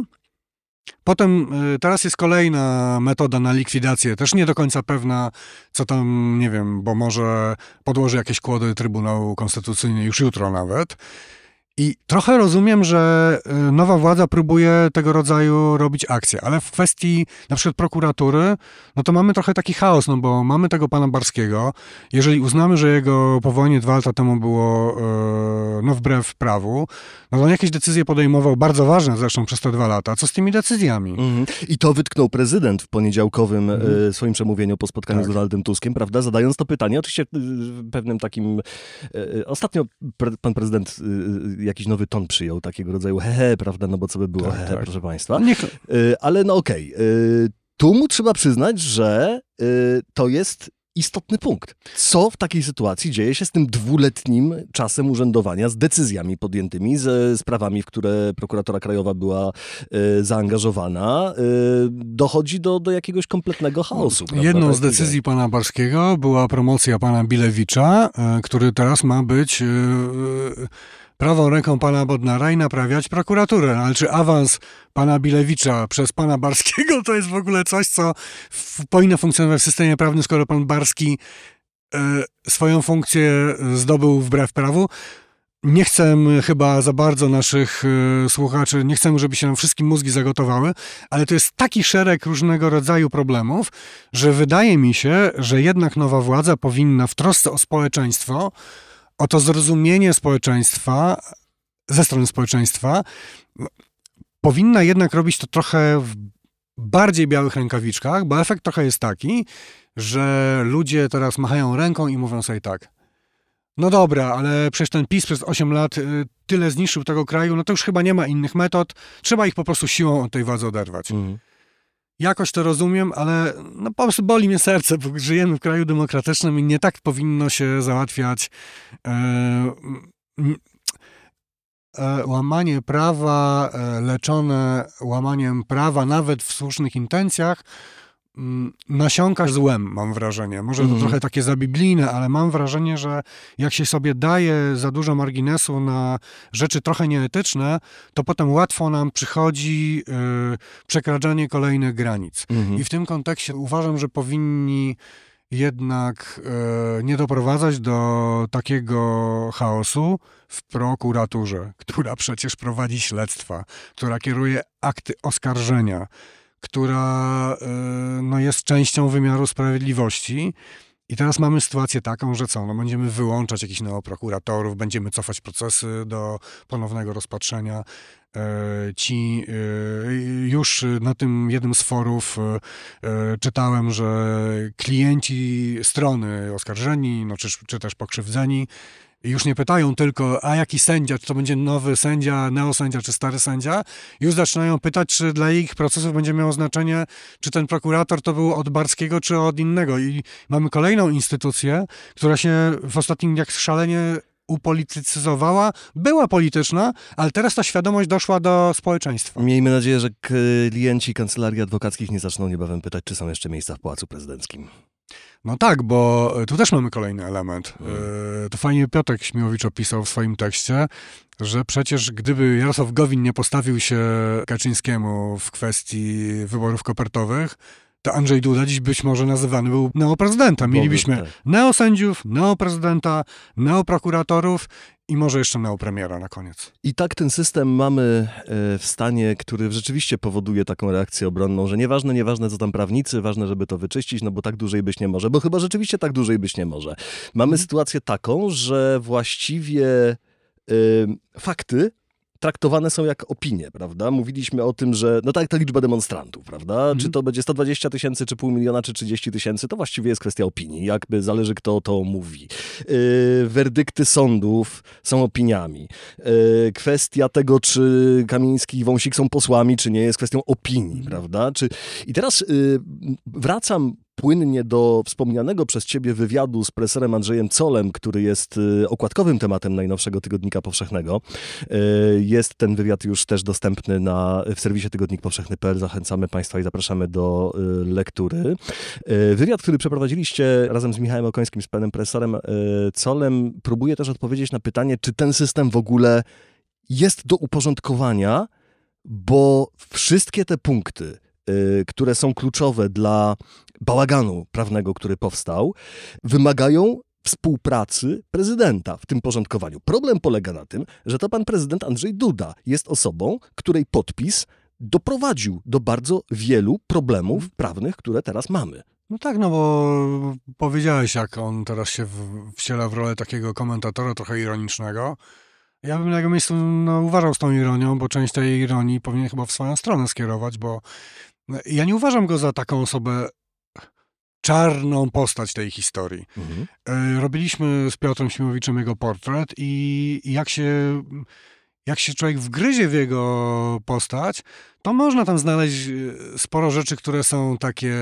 Potem teraz jest kolejna metoda na likwidację, też nie do końca pewna, co tam, nie wiem, bo może podłoży jakieś kłody Trybunału Konstytucyjny już jutro nawet. I trochę rozumiem, że nowa władza próbuje tego rodzaju robić akcje, ale w kwestii na przykład prokuratury, to mamy trochę taki chaos, bo mamy tego pana Barskiego. Jeżeli uznamy, że jego powołanie 2 lata temu było wbrew prawu, to on jakieś decyzje podejmował, bardzo ważne zresztą przez te 2 lata. Co z tymi decyzjami? I to wytknął prezydent w poniedziałkowym swoim przemówieniu po spotkaniu z Donaldem Tuskiem, prawda? Zadając to pytanie, oczywiście w pewnym takim... Ostatnio pan prezydent jakiś nowy ton przyjął, takiego rodzaju prawda, bo co by było, proszę państwa. Ale okej. Tu mu trzeba przyznać, że to jest istotny punkt. Co w takiej sytuacji dzieje się z tym 2-letnim czasem urzędowania, z decyzjami podjętymi, ze sprawami, w które prokuratura krajowa była zaangażowana? Dochodzi do jakiegoś kompletnego chaosu. Prawda? Jedną z decyzji pana Barskiego była promocja pana Bilewicza, który teraz ma być prawą ręką pana Bodnara i naprawiać prokuraturę. Ale czy awans pana Bilewicza przez pana Barskiego to jest w ogóle coś, co powinno funkcjonować w systemie prawnym, skoro pan Barski swoją funkcję zdobył wbrew prawu? Nie chcę chyba za bardzo naszych słuchaczy, nie chcę, żeby się nam wszystkim mózgi zagotowały, ale to jest taki szereg różnego rodzaju problemów, że wydaje mi się, że jednak nowa władza powinna w trosce o społeczeństwo, o to zrozumienie społeczeństwa, ze strony społeczeństwa, powinna jednak robić to trochę w bardziej białych rękawiczkach, bo efekt trochę jest taki, że ludzie teraz machają ręką i mówią sobie tak, no dobra, ale przecież ten PiS przez 8 lat tyle zniszczył tego kraju, to już chyba nie ma innych metod, trzeba ich po prostu siłą od tej władzy oderwać. Jakoś to rozumiem, ale po prostu boli mnie serce, bo żyjemy w kraju demokratycznym i nie tak powinno się załatwiać łamanie prawa, leczone łamaniem prawa, nawet w słusznych intencjach, nasiąka złem, mam wrażenie. Może to trochę takie zabiblijne, ale mam wrażenie, że jak się sobie daje za dużo marginesu na rzeczy trochę nieetyczne, to potem łatwo nam przychodzi przekraczanie kolejnych granic. I w tym kontekście uważam, że powinni jednak nie doprowadzać do takiego chaosu w prokuraturze, która przecież prowadzi śledztwa, która kieruje akty oskarżenia, która jest częścią wymiaru sprawiedliwości. I teraz mamy sytuację taką, że będziemy wyłączać jakichś neoprokuratorów, będziemy cofać procesy do ponownego rozpatrzenia. Już na tym jednym z forów czytałem, że klienci strony oskarżeni, czy też pokrzywdzeni, już nie pytają tylko, a jaki sędzia, czy to będzie nowy sędzia, neosędzia, czy stary sędzia. Już zaczynają pytać, czy dla ich procesów będzie miało znaczenie, czy ten prokurator to był od Barskiego, czy od innego. I mamy kolejną instytucję, która się w ostatnim jak szalenie upolitycyzowała, była polityczna, ale teraz ta świadomość doszła do społeczeństwa. Miejmy nadzieję, że klienci kancelarii adwokackich nie zaczną niebawem pytać, czy są jeszcze miejsca w Pałacu Prezydenckim. No tak, bo tu też mamy kolejny element. To fajnie Piotrek Śmiłowicz opisał w swoim tekście, że przecież gdyby Jarosław Gowin nie postawił się Kaczyńskiemu w kwestii wyborów kopertowych, to Andrzej Duda dziś być może nazywany był neoprezydentem. Mielibyśmy tak. neosędziów, neoprezydenta, neoprokuratorów i może jeszcze neopremiera na koniec. I tak ten system mamy w stanie, który rzeczywiście powoduje taką reakcję obronną, że nieważne co tam prawnicy, ważne, żeby to wyczyścić, no bo tak dłużej być nie może, bo chyba rzeczywiście tak dłużej być nie może. Mamy sytuację taką, że właściwie fakty traktowane są jak opinie, prawda? Mówiliśmy o tym, że no tak jak ta liczba demonstrantów, prawda? Czy to będzie 120 000, czy 500 000, czy 30 000, to właściwie jest kwestia opinii. Jakby zależy, kto to mówi. Werdykty sądów są opiniami. Kwestia tego, czy Kamiński i Wąsik są posłami, czy nie, jest kwestią opinii, prawda? I teraz wracam płynnie do wspomnianego przez ciebie wywiadu z profesorem Andrzejem Zollem, który jest okładkowym tematem najnowszego Tygodnika Powszechnego. Jest ten wywiad już też dostępny w serwisie tygodnikpowszechny.pl. Zachęcamy Państwa i zapraszamy do lektury. Wywiad, który przeprowadziliście razem z Michałem Okońskim, z panem profesorem Zollem, próbuje też odpowiedzieć na pytanie, czy ten system w ogóle jest do uporządkowania, bo wszystkie te punkty, które są kluczowe dla bałaganu prawnego, który powstał, wymagają współpracy prezydenta w tym porządkowaniu. Problem polega na tym, że to pan prezydent Andrzej Duda jest osobą, której podpis doprowadził do bardzo wielu problemów prawnych, które teraz mamy. No tak, no bo powiedziałeś, jak on teraz się wciela w rolę takiego komentatora trochę ironicznego. Ja bym na jego miejscu uważał z tą ironią, bo część tej ironii powinien chyba w swoją stronę skierować, bo ja nie uważam go za taką osobę, czarną postać tej historii. Robiliśmy z Piotrem Śmiłowiczem jego portret i jak się człowiek wgryzie w jego postać, to można tam znaleźć sporo rzeczy, które są takie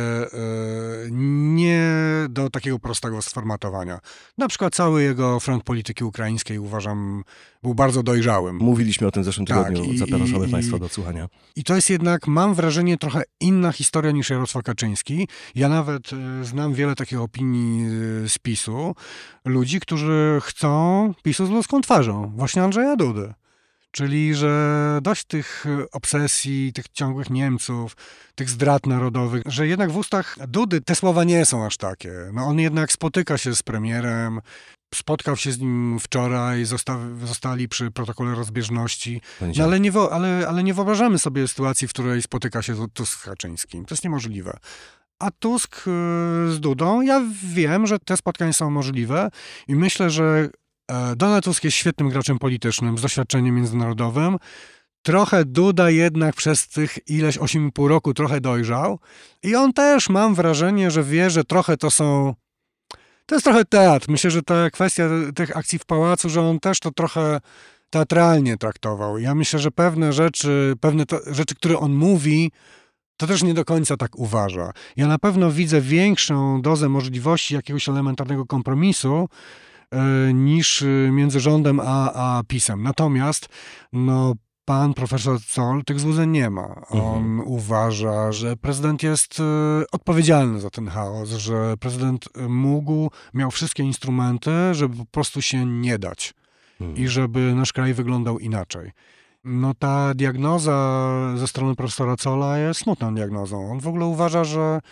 nie do takiego prostego sformatowania. Na przykład cały jego front polityki ukraińskiej, uważam, był bardzo dojrzałym. Mówiliśmy o tym w zeszłym tygodniu, Tak, zapraszamy Państwa do słuchania. I to jest jednak, mam wrażenie, trochę inna historia niż Jarosław Kaczyński. Ja nawet znam wiele takich opinii z PiS-u, ludzi, którzy chcą PiS-u z ludzką twarzą, właśnie Andrzeja Dudy. Czyli, że dość tych obsesji, tych ciągłych Niemców, tych zdrad narodowych, że jednak w ustach Dudy te słowa nie są aż takie. No on jednak spotyka się z premierem, spotkał się z nim wczoraj, zostali przy protokole rozbieżności, no ale nie wyobrażamy sobie sytuacji, w której spotyka się Tusk z Kaczyńskim. To jest niemożliwe. A Tusk z Dudą, ja wiem, że te spotkania są możliwe i myślę, że Donald Tusk jest świetnym graczem politycznym z doświadczeniem międzynarodowym. Trochę Duda jednak przez tych 8,5 roku trochę dojrzał i on też, mam wrażenie, że wie, że trochę to jest trochę teatr. Myślę, że ta kwestia tych akcji w pałacu, że on też to trochę teatralnie traktował. Ja myślę, że pewne rzeczy, które on mówi, to też nie do końca tak uważa. Ja na pewno widzę większą dozę możliwości jakiegoś elementarnego kompromisu niż między rządem a PiS-em. Natomiast pan profesor Zoll tych złudzeń nie ma. On uważa, że prezydent jest odpowiedzialny za ten chaos, że prezydent miał wszystkie instrumenty, żeby po prostu się nie dać i żeby nasz kraj wyglądał inaczej. Ta diagnoza ze strony profesora Zolla jest smutną diagnozą. On w ogóle uważa,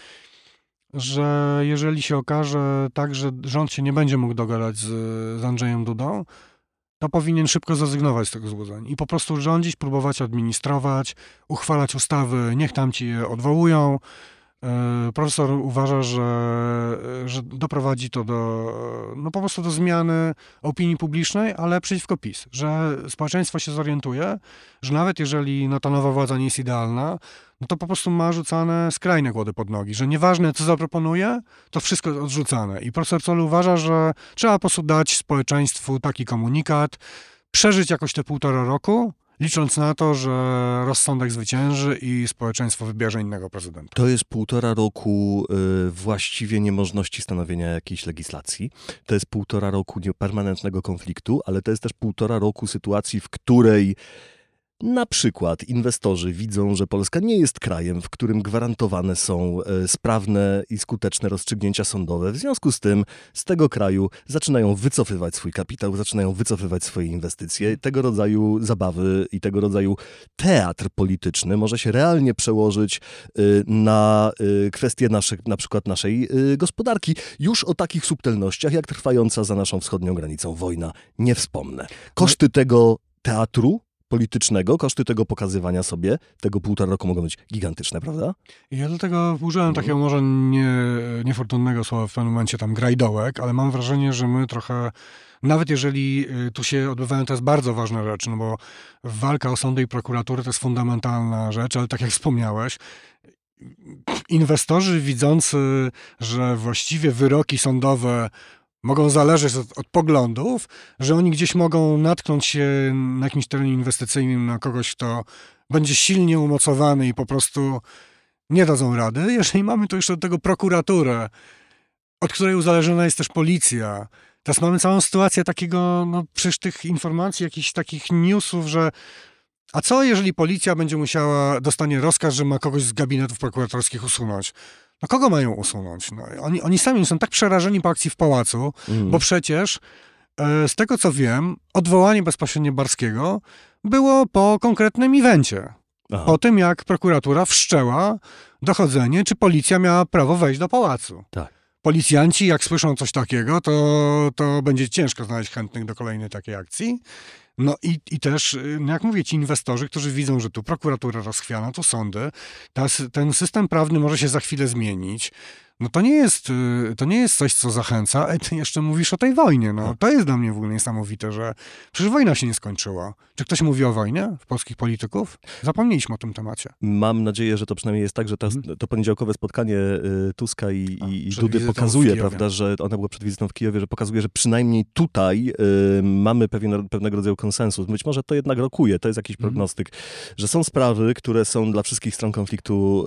że jeżeli się okaże tak, że rząd się nie będzie mógł dogadać z Andrzejem Dudą, to powinien szybko zrezygnować z tego złudzeń i po prostu rządzić, próbować administrować, uchwalać ustawy, niech tamci je odwołują. Profesor uważa, że doprowadzi to po prostu do zmiany opinii publicznej, ale przeciwko PiS, że społeczeństwo się zorientuje, że nawet jeżeli ta nowa władza nie jest idealna, to po prostu ma rzucane skrajne kłody pod nogi, że nieważne co zaproponuje, to wszystko jest odrzucane. I profesor Zoll uważa, że trzeba po prostu dać społeczeństwu taki komunikat, przeżyć jakoś te 1,5 roku, licząc na to, że rozsądek zwycięży i społeczeństwo wybierze innego prezydenta. To jest 1,5 roku właściwie niemożności stanowienia jakiejś legislacji. To jest 1,5 roku permanentnego konfliktu, ale to jest też 1,5 roku sytuacji, w której na przykład inwestorzy widzą, że Polska nie jest krajem, w którym gwarantowane są sprawne i skuteczne rozstrzygnięcia sądowe. W związku z tym z tego kraju zaczynają wycofywać swój kapitał, zaczynają wycofywać swoje inwestycje. Tego rodzaju zabawy i tego rodzaju teatr polityczny może się realnie przełożyć na kwestie na przykład naszej gospodarki. Już o takich subtelnościach, jak trwająca za naszą wschodnią granicą wojna, nie wspomnę. Koszty tego teatru politycznego, koszty tego pokazywania sobie, tego 1,5 roku mogą być gigantyczne, prawda? Ja dlatego użyłem takiego może niefortunnego słowa w pewnym momencie tam grajdołek, ale mam wrażenie, że my trochę, nawet jeżeli tu się odbywają teraz bardzo ważne rzeczy, no bo walka o sądy i prokuratury to jest fundamentalna rzecz, ale tak jak wspomniałeś, inwestorzy widzący, że właściwie wyroki sądowe mogą zależeć od poglądów, że oni gdzieś mogą natknąć się na jakimś terenie inwestycyjnym na kogoś, kto będzie silnie umocowany i po prostu nie dadzą rady. Jeżeli mamy tu jeszcze do tego prokuraturę, od której uzależniona jest też policja, teraz mamy całą sytuację takiego, no przecież tych informacji, jakichś takich newsów, że a co jeżeli policja dostanie rozkaz, że ma kogoś z gabinetów prokuratorskich usunąć? No kogo mają usunąć? No, oni sami są tak przerażeni po akcji w pałacu, bo przecież z tego co wiem, odwołanie bezpośrednio Barskiego było po konkretnym evencie. Aha. Po tym, jak prokuratura wszczęła dochodzenie, czy policja miała prawo wejść do pałacu. Tak. Policjanci, jak słyszą coś takiego, to będzie ciężko znaleźć chętnych do kolejnej takiej akcji. No i też, jak mówię, ci inwestorzy, którzy widzą, że tu prokuratura rozchwiana, tu sądy, ten system prawny może się za chwilę zmienić. No to nie jest coś, co zachęca, a ty jeszcze mówisz o tej wojnie. No, to jest dla mnie w ogóle niesamowite, że przecież wojna się nie skończyła. Czy ktoś mówi o wojnie w polskich polityków? Zapomnieliśmy o tym temacie. Mam nadzieję, że to przynajmniej jest tak, że to poniedziałkowe spotkanie Tuska i przed Dudy wizytą w pokazuje, Kijowie. prawda, że ona była przed wizytą w Kijowie, że pokazuje, że przynajmniej tutaj mamy pewnego rodzaju konsensus. Być może to jednak rokuje, to jest jakiś prognostyk, że są sprawy, które są dla wszystkich stron konfliktu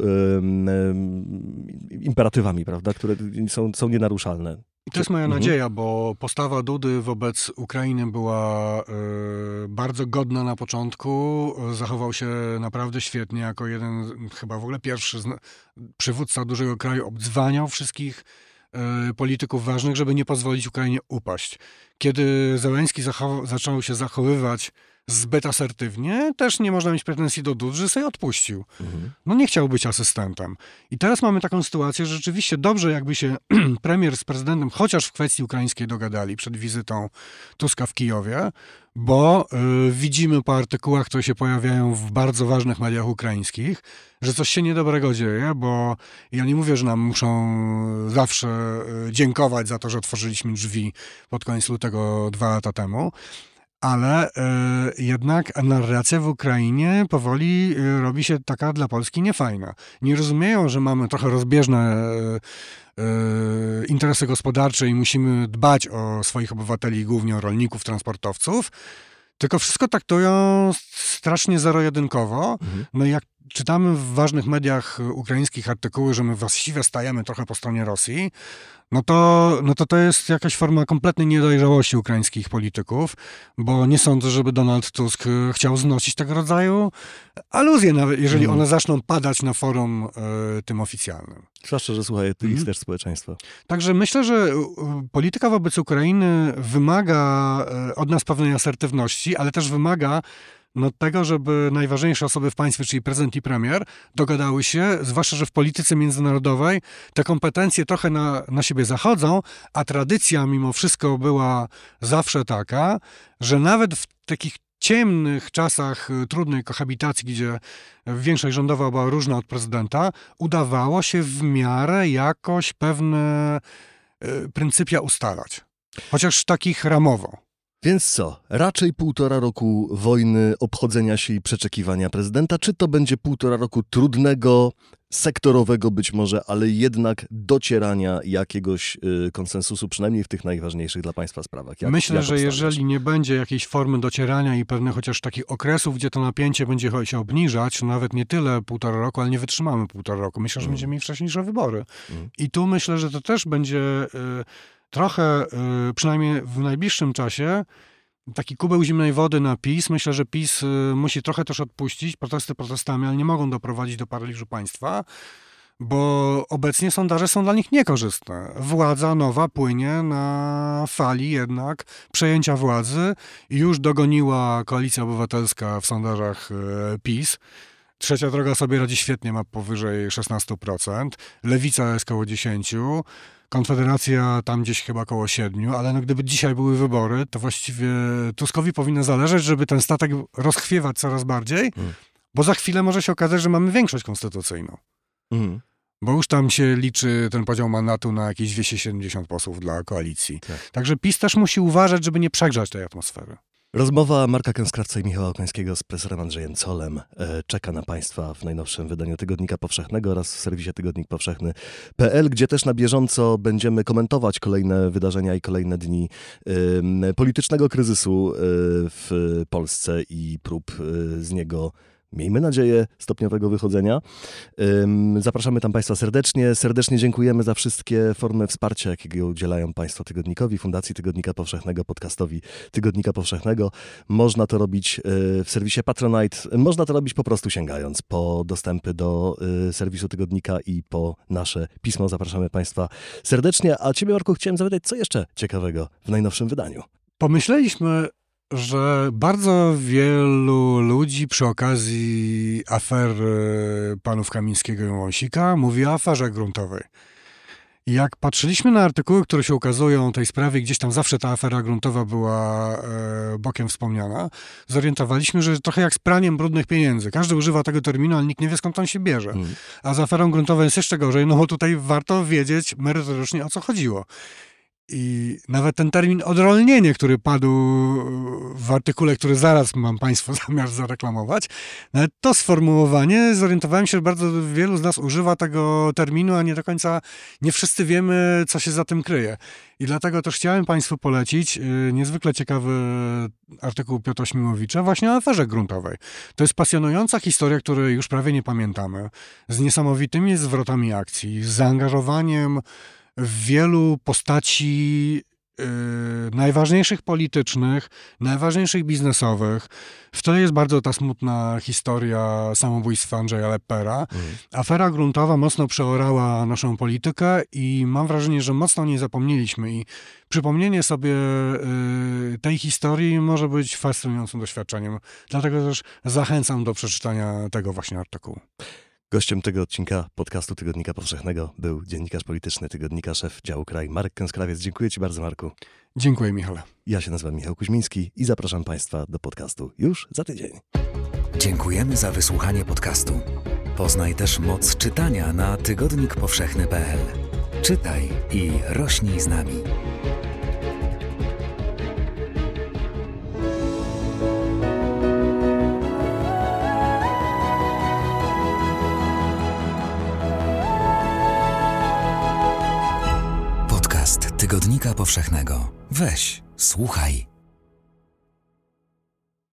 imperatywami, prawda, które są nienaruszalne. I to jest moja nadzieja, bo postawa Dudy wobec Ukrainy była bardzo godna na początku. Zachował się naprawdę świetnie, jako jeden, chyba w ogóle pierwszy przywódca dużego kraju, obdzwaniał wszystkich polityków ważnych, żeby nie pozwolić Ukrainie upaść. Kiedy Zełenski zaczął się zachowywać zbyt asertywnie, też nie można mieć pretensji do Dudy, że sobie odpuścił. No nie chciał być asystentem. I teraz mamy taką sytuację, że rzeczywiście dobrze jakby się premier z prezydentem chociaż w kwestii ukraińskiej dogadali przed wizytą Tuska w Kijowie, bo widzimy po artykułach, które się pojawiają w bardzo ważnych mediach ukraińskich, że coś się niedobrego dzieje, bo ja nie mówię, że nam muszą zawsze dziękować za to, że otworzyliśmy drzwi pod koniec lutego 2 lata temu, ale jednak narracja w Ukrainie powoli robi się taka dla Polski niefajna. Nie rozumieją, że mamy trochę rozbieżne interesy gospodarcze i musimy dbać o swoich obywateli, głównie o rolników, transportowców, tylko wszystko traktują strasznie zero-jedynkowo. No i jak czytamy w ważnych mediach ukraińskich artykuły, że my właściwie stajemy trochę po stronie Rosji, no to jest jakaś forma kompletnej niedojrzałości ukraińskich polityków, bo nie sądzę, żeby Donald Tusk chciał znosić tego rodzaju aluzje, nawet jeżeli one zaczną padać na forum tym oficjalnym. Zwłaszcza, że słuchaj, jest też społeczeństwo. Także myślę, że polityka wobec Ukrainy wymaga od nas pewnej asertywności, ale też wymaga tego, żeby najważniejsze osoby w państwie, czyli prezydent i premier, dogadały się, zwłaszcza, że w polityce międzynarodowej te kompetencje trochę na siebie zachodzą, a tradycja mimo wszystko była zawsze taka, że nawet w takich ciemnych czasach trudnej kohabitacji, gdzie większość rządowa była różna od prezydenta, udawało się w miarę jakoś pewne pryncypia ustalać. Chociaż takich ramowo. Więc co? Raczej 1,5 roku wojny, obchodzenia się i przeczekiwania prezydenta, czy to będzie 1,5 roku trudnego, sektorowego być może, ale jednak docierania jakiegoś konsensusu, przynajmniej w tych najważniejszych dla państwa sprawach? Myślę, że obstawiać? jeżeli nie będzie jakiejś formy docierania i pewnych chociaż takich okresów, gdzie to napięcie będzie się obniżać, nawet nie tyle 1,5 roku, ale nie wytrzymamy 1,5 roku. Myślę, że będziemy mieli wcześniejsze wybory. I tu myślę, że to też będzie trochę, przynajmniej w najbliższym czasie, taki kubeł zimnej wody na PiS. Myślę, że PiS musi trochę też odpuścić, protesty protestami, ale nie mogą doprowadzić do paraliżu państwa, bo obecnie sondaże są dla nich niekorzystne. Władza nowa płynie na fali jednak przejęcia władzy i już dogoniła Koalicja Obywatelska w sondażach PiS. Trzecia Droga sobie radzi świetnie, ma powyżej 16%. Lewica jest koło 10%. Konfederacja tam gdzieś chyba koło 7%, ale no gdyby dzisiaj były wybory, to właściwie Tuskowi powinno zależeć, żeby ten statek rozchwiewać coraz bardziej, bo za chwilę może się okazać, że mamy większość konstytucyjną. Bo już tam się liczy ten podział mandatu na jakieś 270 posłów dla koalicji. Tak. Także PiS też musi uważać, żeby nie przegrzać tej atmosfery. Rozmowa Marka Kęskrawca i Michała Okońskiego z profesorem Andrzejem Zollem czeka na Państwa w najnowszym wydaniu Tygodnika Powszechnego oraz w serwisie tygodnikpowszechny.pl, gdzie też na bieżąco będziemy komentować kolejne wydarzenia i kolejne dni politycznego kryzysu w Polsce i prób z niego, miejmy nadzieję, stopniowego wychodzenia. Zapraszamy tam Państwa serdecznie. Serdecznie dziękujemy za wszystkie formy wsparcia, jakiego udzielają Państwo Tygodnikowi, Fundacji Tygodnika Powszechnego, podcastowi Tygodnika Powszechnego. Można to robić w serwisie Patronite. Można to robić po prostu sięgając po dostępy do serwisu Tygodnika i po nasze pismo. Zapraszamy Państwa serdecznie. A Ciebie, Marku, chciałem zapytać, co jeszcze ciekawego w najnowszym wydaniu? Pomyśleliśmy, że bardzo wielu ludzi przy okazji afery panów Kamińskiego i Wąsika mówi o aferze gruntowej. I jak patrzyliśmy na artykuły, które się ukazują o tej sprawie, gdzieś tam zawsze ta afera gruntowa była bokiem wspomniana, zorientowaliśmy, że trochę jak z praniem brudnych pieniędzy. Każdy używa tego terminu, ale nikt nie wie, skąd on się bierze. A z aferą gruntową jest jeszcze gorzej, no bo tutaj warto wiedzieć merytorycznie, o co chodziło. I nawet ten termin odrolnienie, który padł w artykule, który zaraz mam Państwu zamiar zareklamować, nawet to sformułowanie, zorientowałem się, że bardzo wielu z nas używa tego terminu, a nie do końca nie wszyscy wiemy, co się za tym kryje. I dlatego też chciałem Państwu polecić niezwykle ciekawy artykuł Piotra Śmiłowicza właśnie o aferze gruntowej. To jest pasjonująca historia, której już prawie nie pamiętamy, z niesamowitymi zwrotami akcji, z zaangażowaniem wielu postaci najważniejszych politycznych, najważniejszych biznesowych. W tle jest bardzo ta smutna historia samobójstwa Andrzeja Leppera. Afera gruntowa mocno przeorała naszą politykę i mam wrażenie, że mocno o niej zapomnieliśmy i przypomnienie sobie tej historii może być fascynującym doświadczeniem. Dlatego też zachęcam do przeczytania tego właśnie artykułu. Gościem tego odcinka podcastu Tygodnika Powszechnego był dziennikarz polityczny Tygodnika, szef działu Kraj, Marek Kęskrawiec. Dziękuję Ci bardzo, Marku. Dziękuję, Michale. Ja się nazywam Michał Kuźmiński i zapraszam Państwa do podcastu już za tydzień. Dziękujemy za wysłuchanie podcastu. Poznaj też moc czytania na tygodnikpowszechny.pl. Czytaj i rośnij z nami. Tygodnika Powszechnego. Weź, słuchaj.